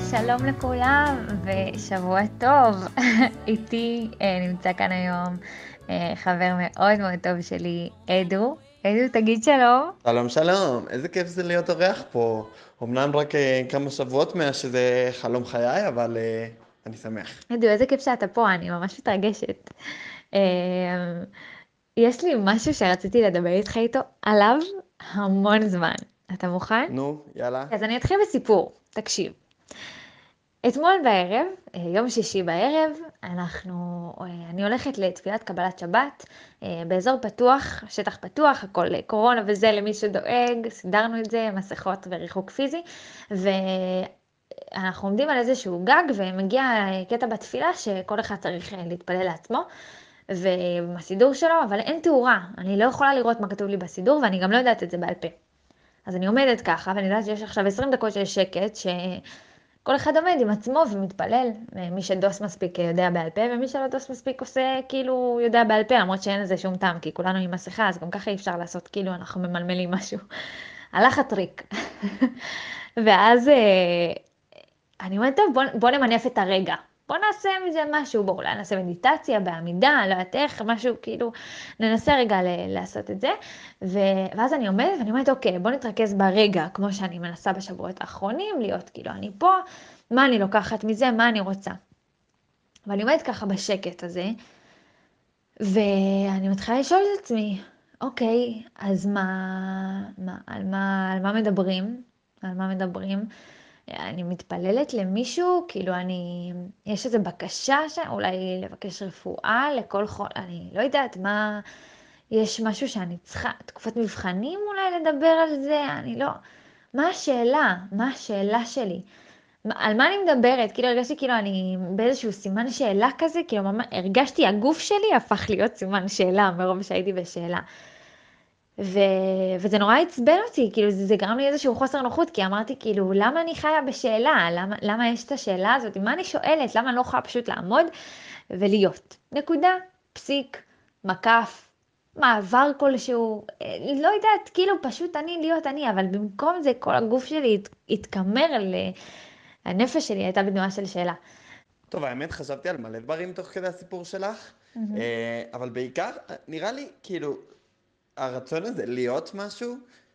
שלום לכולם ושבוע טוב. איתי נמצא כאן היום חבר מאוד מאוד טוב שלי, אדו. אדו, תגיד שלום. שלום שלום, איזה כיף זה להיות אורח פה. אמנם רק כמה שבועות מאז שזה חלום חיי, אבל אני שמח. אדו, איזה כיף שאתה פה, אני ממש מתרגשת. אה, יש לי משהו שרציתי לדבר איתך עליו המון זמן. אתה מוכן? נו, יאללה. אז אני אתחיל בסיפור, תקשיב. אתמול בערב, יום שישי בערב, אני הולכת לתפילת קבלת שבת, באזור פתוח, שטח פתוח, הכל קורונה וזה למי שדואג, סידרנו את זה, מסכות וריחוק פיזי, ואנחנו עומדים על איזשהו גג, ומגיע קטע בתפילה שכל אחד צריך להתפלל לעצמו, ובסידור שלו, אבל אין תאורה, אני לא יכולה לראות מה כתוב לי בסידור, ואני גם לא יודעת את זה בעל פה. אז אני עומדת ככה, ואני יודעת שיש עכשיו 20 דקות של שקט, כל אחד עומד עם עצמו ומתפלל, מי שדוס מספיק יודע בעל פה, ומי שלא דוס מספיק עושה כאילו יודע בעל פה, למרות שאין לזה שום טעם, כי כולנו עם מסכה, אז גם ככה אי אפשר לעשות כאילו אנחנו ממלמלים משהו. הלך הטריק. ואז אני אומרת, טוב, בוא נמנף את הרגע. בוא נעשה מזה משהו, בואו, אולי נעשה מדיטציה בעמידה, לא יודעת איך, משהו כאילו, ננסה רגע לעשות את זה. ואז אני עומדת ואני אומרת, אוקיי, בוא נתרכז ברגע, כמו שאני מנסה בשבועות האחרונים, להיות כאילו, אני פה, מה אני לוקחת מזה, מה אני רוצה. ואני עומדת ככה בשקט הזה, ואני מתחילה לשאול את עצמי, אוקיי, אז על מה מדברים? על מה מדברים? אני מתפללת למישהו, כאילו יש איזו בקשה אולי לבקש רפואה לכל אני לא יודעת מה, יש משהו שאני צריכה, תקופת מבחנים אולי לדבר על זה, אני לא, מה השאלה? מה השאלה שלי? על מה אני מדברת? כאילו הרגשתי כאילו אני באיזשהו סימן שאלה כזה, כאילו ממש הרגשתי הגוף שלי הפך להיות סימן שאלה מרוב שהייתי בשאלה. וזה נורא עצבן אותי, כאילו זה גרם לי איזשהו חוסר נוחות, כי אמרתי כאילו, למה אני חיה בשאלה? למה יש את השאלה הזאת? מה אני שואלת? למה אני לא יכולה פשוט לעמוד ולהיות? נקודה, פסיק, מקף, מעבר כלשהו, לא יודעת, כאילו פשוט להיות אני, אבל במקום זה כל הגוף שלי התקמר, הנפש שלי הייתה בתנועה של שאלה. טוב, האמת חשבתי על מלא דברים תוך כדי הסיפור שלך, אבל בעיקר נראה לי כאילו הרצון הזה להיות משהו,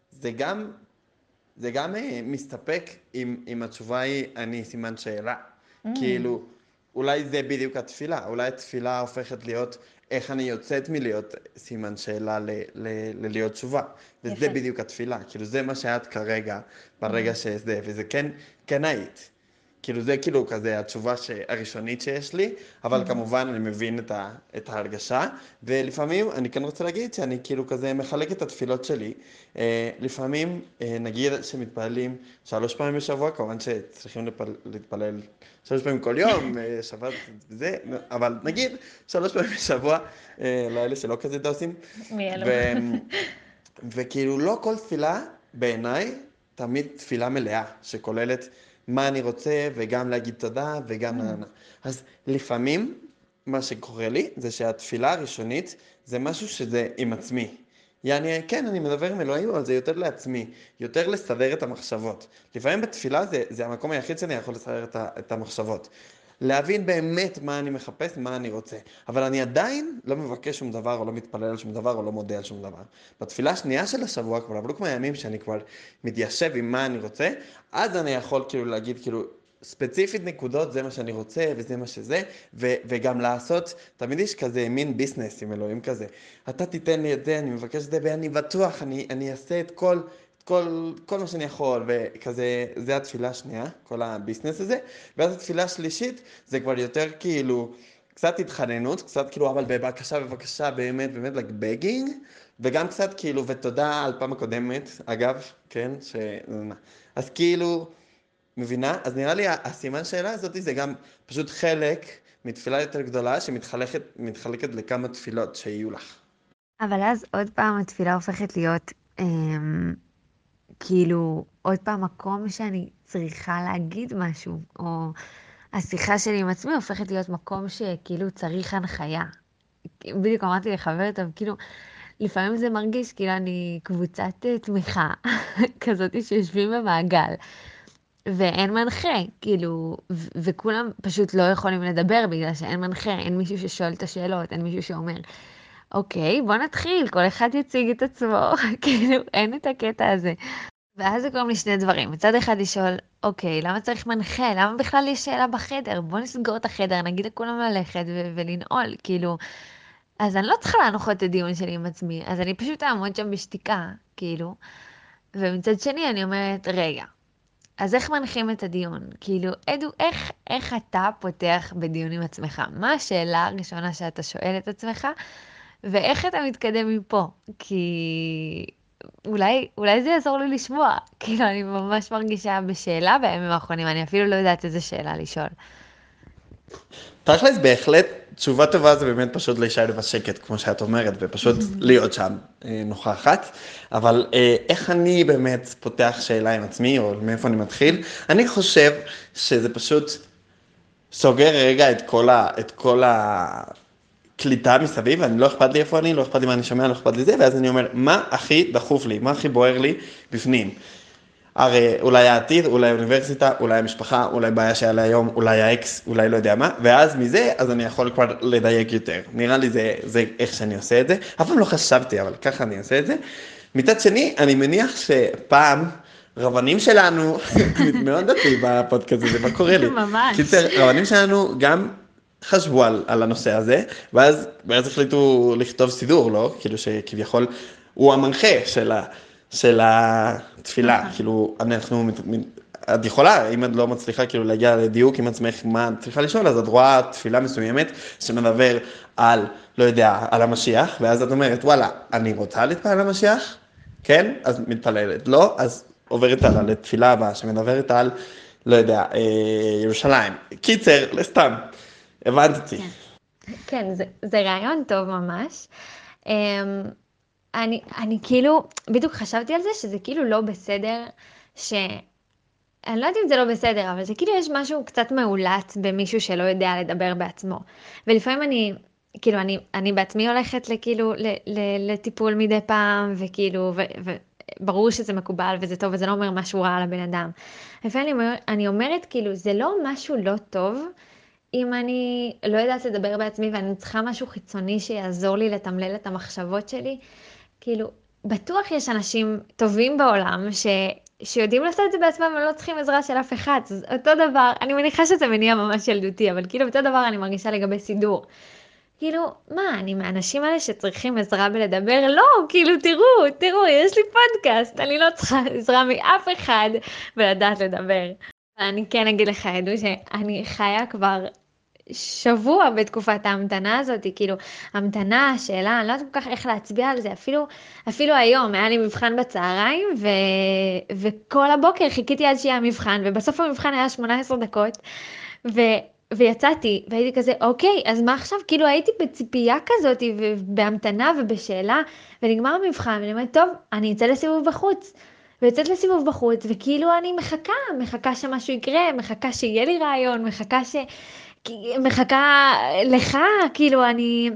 זה גם מסתפק אם התשובה היא אני סימן שאלה. כאילו, אולי זה בדיוק התפילה, אולי התפילה הופכת להיות איך אני יוצאת מלהיות סימן שאלה ללהיות תשובה. וזה יפה. בדיוק התפילה, כאילו זה מה שאת כרגע, ברגע שזה, וזה כן היית. כאילו זה כאילו כזה התשובה הראשונית שיש לי, אבל כמובן אני מבין את ההרגשה, ולפעמים אני כן רוצה להגיד שאני כאילו כזה מחלק את התפילות שלי. לפעמים נגיד שמתפללים 3 פעמים בשבוע, כמובן שצריכים להתפלל 3 פעמים כל יום, שבת וזה, אבל נגיד 3 פעמים בשבוע, לאלה שלא כזה דוסים. מי אלו? וכאילו לא כל תפילה בעיניי תמיד תפילה מלאה, שכוללת מה אני רוצה וגם להגיד תודה וגם נענה. אז לפעמים מה שקורה לי זה שהתפילה הראשונית זה משהו שזה עם עצמי. יעני, כן, אני מדבר עם אלוהים, אבל זה יותר לעצמי, יותר לסדר את המחשבות. לפעמים בתפילה זה המקום היחיד שאני יכול לסדר את המחשבות. להבין באמת מה אני מחפש, מה אני רוצה. אבל אני עדיין לא מבקש שום דבר, או לא מתפלל על שום דבר, או לא מודה על שום דבר. בתפילה השנייה של השבוע, כבר עברו כמה ימים שאני כבר מתיישב עם מה אני רוצה, אז אני יכול כאילו להגיד כאילו, ספציפית נקודות, זה מה שאני רוצה, וזה מה שזה, וגם לעשות, תמיד יש כזה מין ביסנס עם אלוהים כזה. אתה תיתן לי את זה, אני מבקש את זה, ואני בטוח, אני אעשה את כל מה שאני יכול, וכזה, זה התפילה השנייה, כל הביסנס הזה, ואז התפילה השלישית, זה כבר יותר כאילו, קצת התחננות, קצת כאילו, אבל בבקשה, באמת, like begging, וגם קצת כאילו, ותודה על פעם הקודמת, אגב, כן, אז כאילו, מבינה? אז נראה לי, הסימן שאלה הזאת זה גם פשוט חלק מתפילה יותר גדולה, שמתחלקת לכמה תפילות שיהיו לך. אבל אז עוד פעם התפילה הופכת להיות כאילו עוד פעם מקום שאני צריכה להגיד משהו, או השיחה שלי עם עצמי הופכת להיות מקום שכאילו צריך הנחיה. בדיוק אמרתי לחבר טוב, כאילו לפעמים זה מרגיש כאילו אני קבוצת תמיכה כזאת שיושבים במעגל. ואין מנחה, כאילו, וכולם פשוט לא יכולים לדבר בגלל שאין מנחה, אין מישהו ששואל את השאלות, אין מישהו שאומר, אוקיי, בוא נתחיל, כל אחד יציג את עצמו, כאילו, אין את הקטע הזה. ואז זה קוראים לי שני דברים. מצד אחד לשאול, אוקיי, למה צריך מנחה? למה בכלל יש שאלה בחדר? בוא נסגור את החדר, נגיד לכולם ללכת ולנעול, כאילו. אז אני לא צריכה להנחות את הדיון שלי עם עצמי, אז אני פשוט אעמוד שם בשתיקה, כאילו. ומצד שני אני אומרת, רגע, אז איך מנחים את הדיון? כאילו, אדו, איך אתה פותח בדיון עם עצמך? מה השאלה הראשונה שאתה שואל את עצמך, ואיך אתה מתקדם מפה? כי אולי זה יעזור לי לשמוע. כאילו, אני ממש מרגישה בשאלה בימים האחרונים, אני אפילו לא יודעת איזה שאלה לשאול. תכלס בהחלט, תשובה טובה זה באמת פשוט להישאר בשקט, כמו שאת אומרת, ופשוט להיות שם נוכחת. אבל איך אני באמת פותח שאלה עם עצמי, או מאיפה אני מתחיל? אני חושב שזה פשוט סוגר רגע את כל הקליטה מסביב, אני לא אכפת לי איפה אני, לא אכפת לי מה אני שומע, לא אכפת לי זה, ואז אני אומר, מה הכי דחוף לי, מה הכי בוער לי בפנים? הרי אולי העתיד, אולי האוניברסיטה, אולי המשפחה, אולי בעיה שהיה להיום, אולי האקס, אולי לא יודע מה, ואז מזה, אז אני יכול כבר לדייק יותר. נראה לי זה איך שאני עושה את זה. אף פעם לא חשבתי, אבל ככה אני עושה את זה. מצד שני, אני מניח שפעם רבנים שלנו, מאוד דתי בפודקאסט הזה, מה קורה לי? ממש. קיצר, רבנים שלנו גם חשבו על הנושא הזה, ואז החליטו לכתוב סידור, לא? כאילו שכביכול הוא המנחה של התפילה, כאילו, את יכולה, אם את לא מצליחה כאילו להגיע לדיוק עם עצמך מה את צריכה לשאול, אז את רואה תפילה מסוימת שמדבר על, לא יודע, על המשיח, ואז את אומרת, וואלה, אני רוצה להתפלל על המשיח, כן? אז מתפללת, לא? אז עוברת הלאה לתפילה הבאה שמדברת על, לא יודע, ירושלים. קיצר, לסתם, הבנתי. כן, זה רעיון טוב ממש. אני כאילו, בדיוק חשבתי על זה, שזה כאילו לא בסדר, אני לא יודעת אם זה לא בסדר, אבל זה כאילו יש משהו קצת מאולץ במישהו שלא יודע לדבר בעצמו. ולפעמים כאילו, אני בעצמי הולכת לכאילו, לטיפול מדי פעם, וכאילו, וברור שזה מקובל וזה טוב, וזה לא אומר משהו רע על הבן אדם. לפעמים אני אומרת, כאילו, זה לא משהו לא טוב, אם אני לא יודעת לדבר בעצמי ואני צריכה משהו חיצוני שיעזור לי לתמלל את המחשבות שלי, כאילו, בטוח יש אנשים טובים בעולם שיודעים לעשות את זה בעצמם ולא צריכים עזרה של אף אחד. אז אותו דבר, אני מניחה שזה מניע ממש ילדותי, אבל כאילו אותו דבר אני מרגישה לגבי סידור. כאילו, מה, אני מהאנשים האלה שצריכים עזרה בלדבר? לא, כאילו, תראו, יש לי פודקאסט, אני לא צריכה עזרה מאף אחד בלדעת לדבר. אני כן אגיד לך, ידעו שאני חיה כבר שבוע בתקופת ההמתנה הזאת, כאילו, המתנה, שאלה, אני לא יודעת כל כך איך להצביע על זה, אפילו היום, היה לי מבחן בצהריים, וכל הבוקר חיכיתי עד שיהיה המבחן, ובסוף המבחן היה 18 דקות, ויצאתי, והייתי כזה, אוקיי, אז מה עכשיו? כאילו, הייתי בציפייה כזאת, בהמתנה ובשאלה, ונגמר המבחן, ואני אומרת, טוב, אני אצא לסיבוב בחוץ. ויוצאת לסיבוב בחוץ, וכאילו אני מחכה שמשהו יקרה, מחכה שיהיה לי רעיון, מחכה לך, כאילו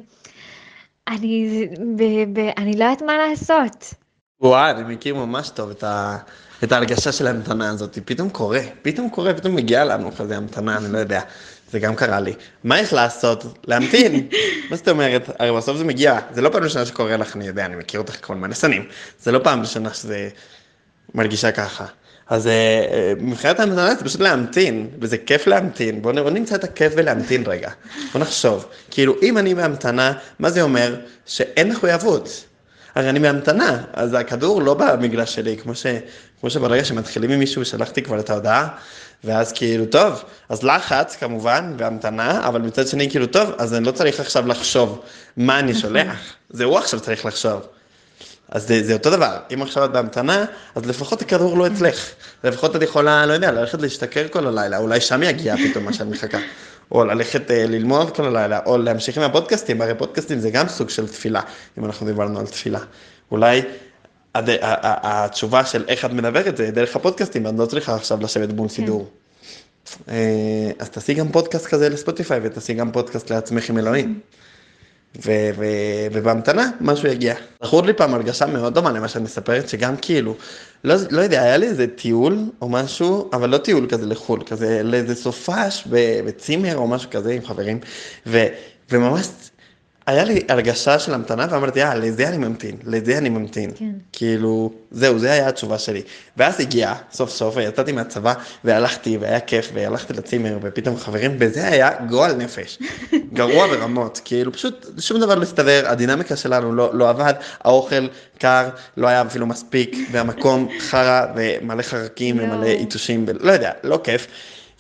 אני לא יודעת מה לעשות. וואי, אני מכיר ממש טוב את ההרגשה של ההמתנה הזאת, פתאום מגיע לנו כזה המתנה, אני לא יודע, זה גם קרה לי. מה יש לעשות? להמתין. מה זאת אומרת? הרי בסוף זה מגיע, זה לא פעם ראשונה שקורה לך, אני יודע, אני מכיר אותך כל מיני שנים, זה לא פעם ראשונה שזה מרגישה ככה. אז מבחינת ההמתנה זה פשוט להמתין, וזה כיף להמתין, בוא נמצא את הכיף ולהמתין רגע, בוא נחשוב, כאילו אם אני בהמתנה, מה זה אומר? שאין מחויבות. הרי אני בהמתנה, אז הכדור לא במגרש שלי, כמו שברגע שמתחילים עם מישהו, שלחתי כבר את ההודעה, ואז כאילו טוב, אז לחץ כמובן, בהמתנה, אבל מצד שני כאילו טוב, אז אני לא צריך עכשיו לחשוב מה אני שולח, זה הוא עכשיו צריך לחשוב. אז זה אותו דבר, אם עכשיו את בהמתנה, אז לפחות הכדור לא אצלך, לפחות את יכולה, לא יודע, ללכת להשתכר כל הלילה, אולי שם יגיע פתאום מה שאני מחכה, או ללכת ללמוד כל הלילה, או להמשיך עם הפודקאסטים, הרי פודקאסטים זה גם סוג של תפילה, אם אנחנו דיברנו על תפילה. אולי התשובה של איך את מדברת זה דרך הפודקאסטים, את לא צריכה עכשיו לשבת מול סידור. אז תעשי גם פודקאסט כזה לספוטיפיי, ותעשי גם פודקאסט לעצמך עם אלוהים. ובהמתנה משהו יגיע. זכור לי פעם הרגשה מאוד דומה למה שאני מספרת, שגם כאילו, לא יודע, היה לי איזה טיול או משהו, אבל לא טיול כזה לחו"ל, כזה לאיזה סופש בצימר או משהו כזה עם חברים, וממש היה לי הרגשה של המתנה, ואמרתי, לזה אני ממתין, לזה אני ממתין. כן. כאילו, זהו, זה היה התשובה שלי. ואז הגיע, סוף סוף, ויצאתי מהצבא, והלכתי, והיה כיף, והלכתי לצימר, ופתאום חברים, וזה היה גועל נפש. גרוע ברמות, כאילו, פשוט שום דבר לא הסתדר, הדינמיקה שלנו לא עבד, האוכל קר, לא היה אפילו מספיק, והמקום חרא, ומלא חרקים, ומלא יואו. יתושים, לא יודע, לא כיף.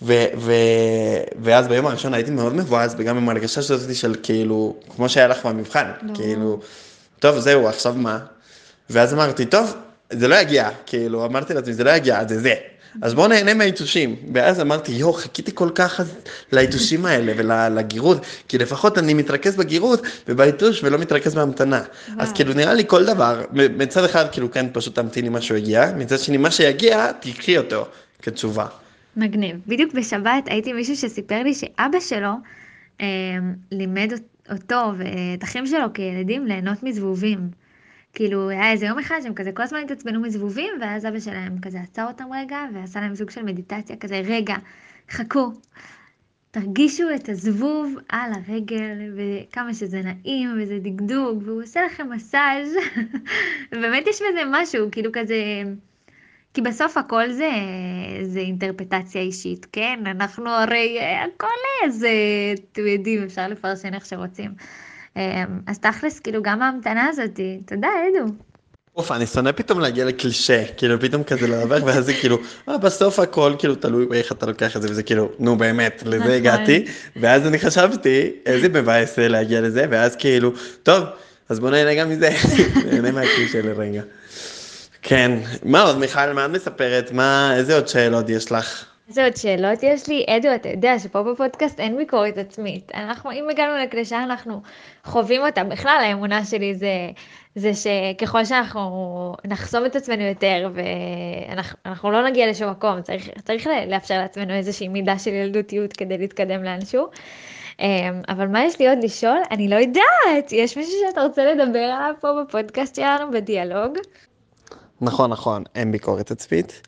ואז ביום הראשון הייתי מאוד מבואס, וגם עם הרגשה שזאתי של כאילו, כמו שהיה לך במבחן, כאילו, טוב, זהו, עכשיו מה? ואז אמרתי, טוב, זה לא יגיע, כאילו, אמרתי לעצמי, זה לא יגיע, זה זה. אז בואו נהנה מהיתושים. ואז אמרתי, חיכיתי כל כך ליתושים האלה ולגירות, כי לפחות אני מתרכז בגירות ובייתוש ולא מתרכז בהמתנה. אז כאילו נראה לי כל דבר, מצד אחד כאילו כן פשוט תמתין לי משהו יגיע, מצד שני מה שיגיע, תקחי אותו כתשובה. מגניב. בדיוק בשבת הייתי מישהו שסיפר לי שאבא שלו לימד אותו ואת אחים שלו כילדים ליהנות מזבובים. כאילו, היה איזה יום אחד שהם כזה כל הזמן התעצבנו מזבובים, ואז אבא שלהם כזה עצר אותם רגע, ועשה להם סוג של מדיטציה, כזה, רגע, חכו, תרגישו את הזבוב על הרגל, וכמה שזה נעים, וזה דגדוג, והוא עושה לכם מסאז' באמת יש בזה משהו, כאילו כזה, כי בסוף הכל זה אינטרפטציה אישית, כן? אנחנו הרי הכל זה, אתם יודעים, אפשר לפרשן איך שרוצים. אז תכלס, כאילו, גם ההמתנה הזאת, תודה, אדו. אוף, אני שונא פתאום להגיע לקלישה, כאילו פתאום כזה לעבר, ואז זה כאילו, בסוף הכל כאילו תלוי באיך אתה לוקח את זה, וזה כאילו, נו באמת, לזה נכון. הגעתי, ואז אני חשבתי, איזה מבאס להגיע לזה, ואז כאילו, טוב, אז בוא נהנה גם מזה, נהנה מהקלישה לרגע. כן, מה עוד מיכל, מה את מספרת, איזה עוד שאלות יש לך? איזה עוד שאלות יש לי? אדו, אתה יודע שפה בפודקאסט אין ביקורת עצמית. אם הגענו לקלישה, אנחנו חווים אותה. בכלל, האמונה שלי זה שככל שאנחנו נחסום את עצמנו יותר, ואנחנו לא נגיע לשום מקום, צריך לאפשר לעצמנו איזושהי מידה של ילדותיות כדי להתקדם לאנשהו. אבל מה יש לי עוד לשאול? אני לא יודעת. יש מישהו שאתה רוצה לדבר עליו פה בפודקאסט שלנו בדיאלוג? נכון, אין ביקורת עצמית.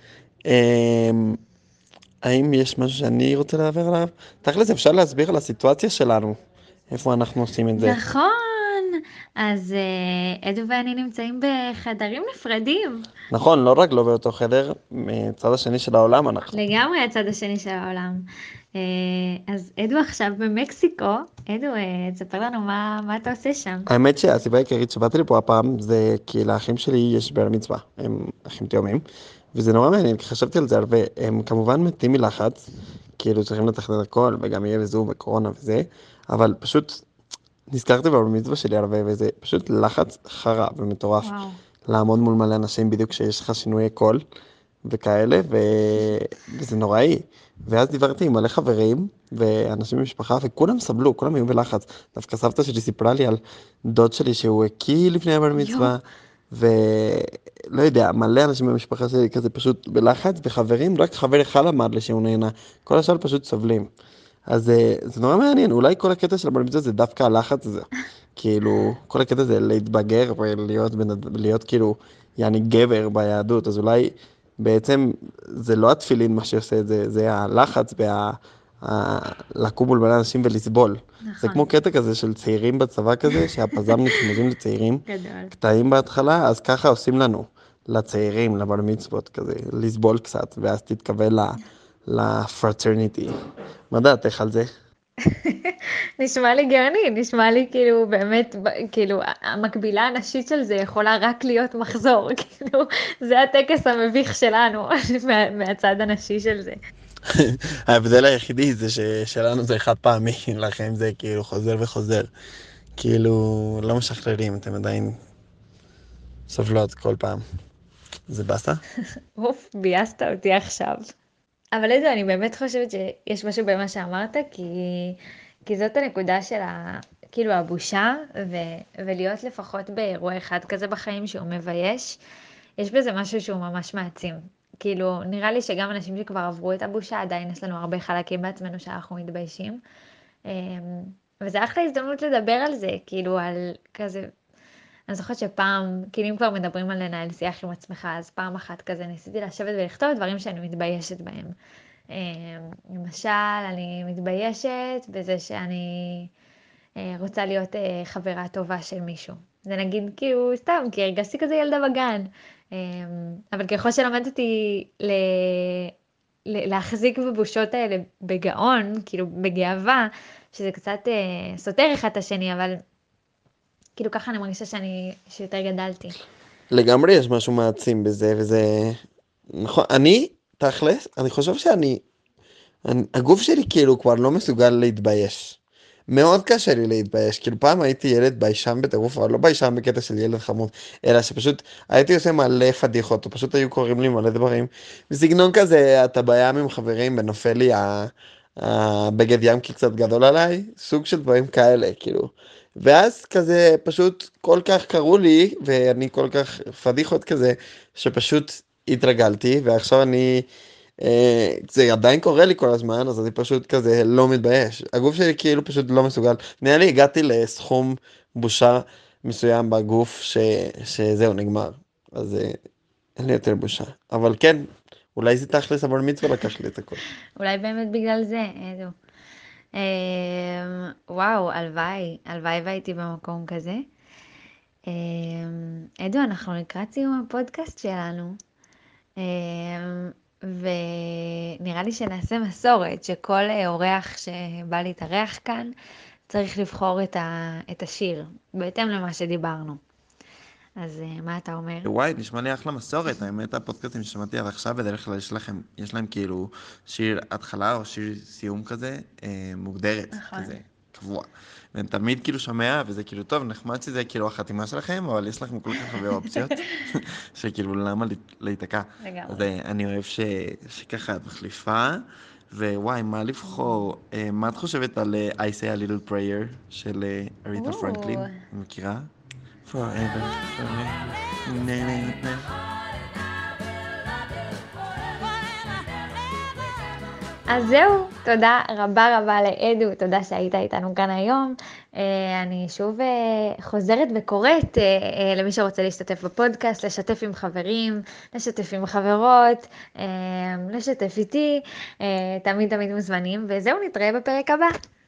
האם יש משהו שאני רוצה לדבר עליו? תכל'ס אפשר להסביר על הסיטואציה שלנו, איפה אנחנו עושים את זה. נכון, אז אדו ואני נמצאים בחדרים נפרדים. נכון, לא רק לא באותו חדר, מצד השני של העולם אנחנו. לגמרי הצד השני של העולם. אז אדו עכשיו במקסיקו. אדו, תספר לנו מה אתה עושה שם. האמת שהסיבה העיקרית שבאתי לפה הפעם זה כי לאחים שלי יש בר מצווה, הם אחים תאומים, וזה נורא מעניין, כי חשבתי על זה הרבה, הם כמובן מתים מלחץ, כאילו צריכים לתכנן הכל, וגם יהיה לזום וקורונה וזה, אבל פשוט נזכרתי בבר מצווה שלי הרבה, וזה פשוט לחץ חרא ומטורף, וואו. לעמוד מול מלא אנשים בדיוק כשיש לך שינויי קול וכאלה, וזה נוראי. ואז דיברתי עם מלא חברים ואנשים במשפחה, וכולם סבלו, כולם היו בלחץ. דווקא סבתא שלי סיפרה לי על דוד שלי שהוא הקיא לפני הבר מצווה, ולא יודע, מלא אנשים במשפחה שלי כזה פשוט בלחץ, וחברים, רק חבר אחד אמר לי שהוא נהנה, כל השאר פשוט סובלים. אז זה נורא מעניין, אולי כל הקטע של הבר מצווה זה דווקא הלחץ הזה. כאילו, כל הקטע זה להתבגר ולהיות כאילו, יעני גבר ביהדות, אז אולי בעצם זה לא התפילין מה שעושה את זה, זה הלחץ לקום מול בין אנשים ולסבול. זה נכון. כמו קטע כזה של צעירים בצבא כזה, שהפזם נצמדים לצעירים, גדול. קטעים בהתחלה, אז ככה עושים לנו, לצעירים, לבר מצוות כזה, לסבול קצת, ואז תתקבל לפרטרניטי. מה דעתך על זה? נשמע לי גאוני, נשמע לי כאילו באמת, כאילו המקבילה הנשית של זה יכולה רק להיות מחזור, כאילו זה הטקס המביך שלנו מהצד הנשי של זה. ההבדל היחידי זה ששלנו זה חד פעמי, לכם זה כאילו חוזר וחוזר. כאילו, לא משחררים, אתם עדיין סובלות כל פעם. זה בסה? אוף, בייסת אותי עכשיו. אבל איזה, אני באמת חושבת שיש משהו במה שאמרת, כי זאת הנקודה של כאילו הבושה, ולהיות לפחות באירוע אחד כזה בחיים שהוא מבייש, יש בזה משהו שהוא ממש מעצים. כאילו, נראה לי שגם אנשים שכבר עברו את הבושה, עדיין יש לנו הרבה חלקים בעצמנו שאנחנו מתביישים. וזה אחלה הזדמנות לדבר על זה, כאילו על כזה, אני זוכרת שפעם, כאילו אם כבר מדברים על לנהל שיח עם עצמך, אז פעם אחת כזה ניסיתי לשבת ולכתוב דברים שאני מתביישת בהם. למשל, אני מתביישת בזה שאני רוצה להיות חברה טובה של מישהו. זה נגיד כאילו סתם, כי הרגשתי כזה ילדה בגן. אבל ככל שלמדתי להחזיק בבושות האלה בגאון, כאילו בגאווה, שזה קצת סותר אחד את השני, אבל כאילו ככה אני מרגישה שיותר גדלתי. לגמרי יש משהו מעצים בזה, וזה... נכון, תכלס, אני חושב הגוף שלי כאילו כבר לא מסוגל להתבייש. מאוד קשה לי להתבייש, כאילו פעם הייתי ילד ביישן בטירוף, אבל לא ביישן בקטע של ילד חמוד, אלא שפשוט הייתי עושה מלא פדיחות, או פשוט היו קוראים לי מלא דברים. בסגנון כזה, אתה בים עם חברים ונופל לי הבגד ים כי קצת גדול עליי, סוג של דברים כאלה, כאילו. ואז כזה פשוט כל כך קראו לי, ואני כל כך פדיחות כזה, שפשוט התרגלתי, ועכשיו זה עדיין קורה לי כל הזמן, אז אני פשוט כזה לא מתבייש. הגוף שלי כאילו פשוט לא מסוגל. נראה לי הגעתי לסכום בושה מסוים בגוף שזהו, נגמר. אז אין לי יותר בושה. אבל כן, אולי זה תכלס אבל מצווה לקח לי את הכל. אולי באמת בגלל זה, אדו. וואו, הלוואי והייתי במקום כזה. אדו, אנחנו לקראת סיום הפודקאסט שלנו. ונראה לי שנעשה מסורת, שכל אורח שבא להתארח כאן צריך לבחור את השיר, בהתאם למה שדיברנו. אז מה אתה אומר? וואי, נשמע לי אחלה מסורת. האמת, הפודקאסטים ששמעתי עד עכשיו, בדרך כלל יש להם כאילו שיר התחלה או שיר סיום כזה, מוגדרת, נכון. כזה, קבוע. ואני תמיד כאילו שומע, וזה כאילו טוב, נחמד שזה כאילו החתימה שלכם, אבל יש לכם כל כך הרבה אופציות, שכאילו למה להיתקע. לגמרי. אז אני אוהב שככה את מחליפה, ווואי, מה לבחור? מה את חושבת על I say a little prayer של אריתה פרנקלין? מכירה? Forever, forever. Na, na, na. אז זהו, תודה רבה רבה לאדו, תודה שהיית איתנו כאן היום. אני שוב חוזרת וקוראת למי שרוצה להשתתף בפודקאסט, לשתף עם חברים, לשתף עם חברות, לשתף איתי, תמיד מוזמנים, וזהו, נתראה בפרק הבא.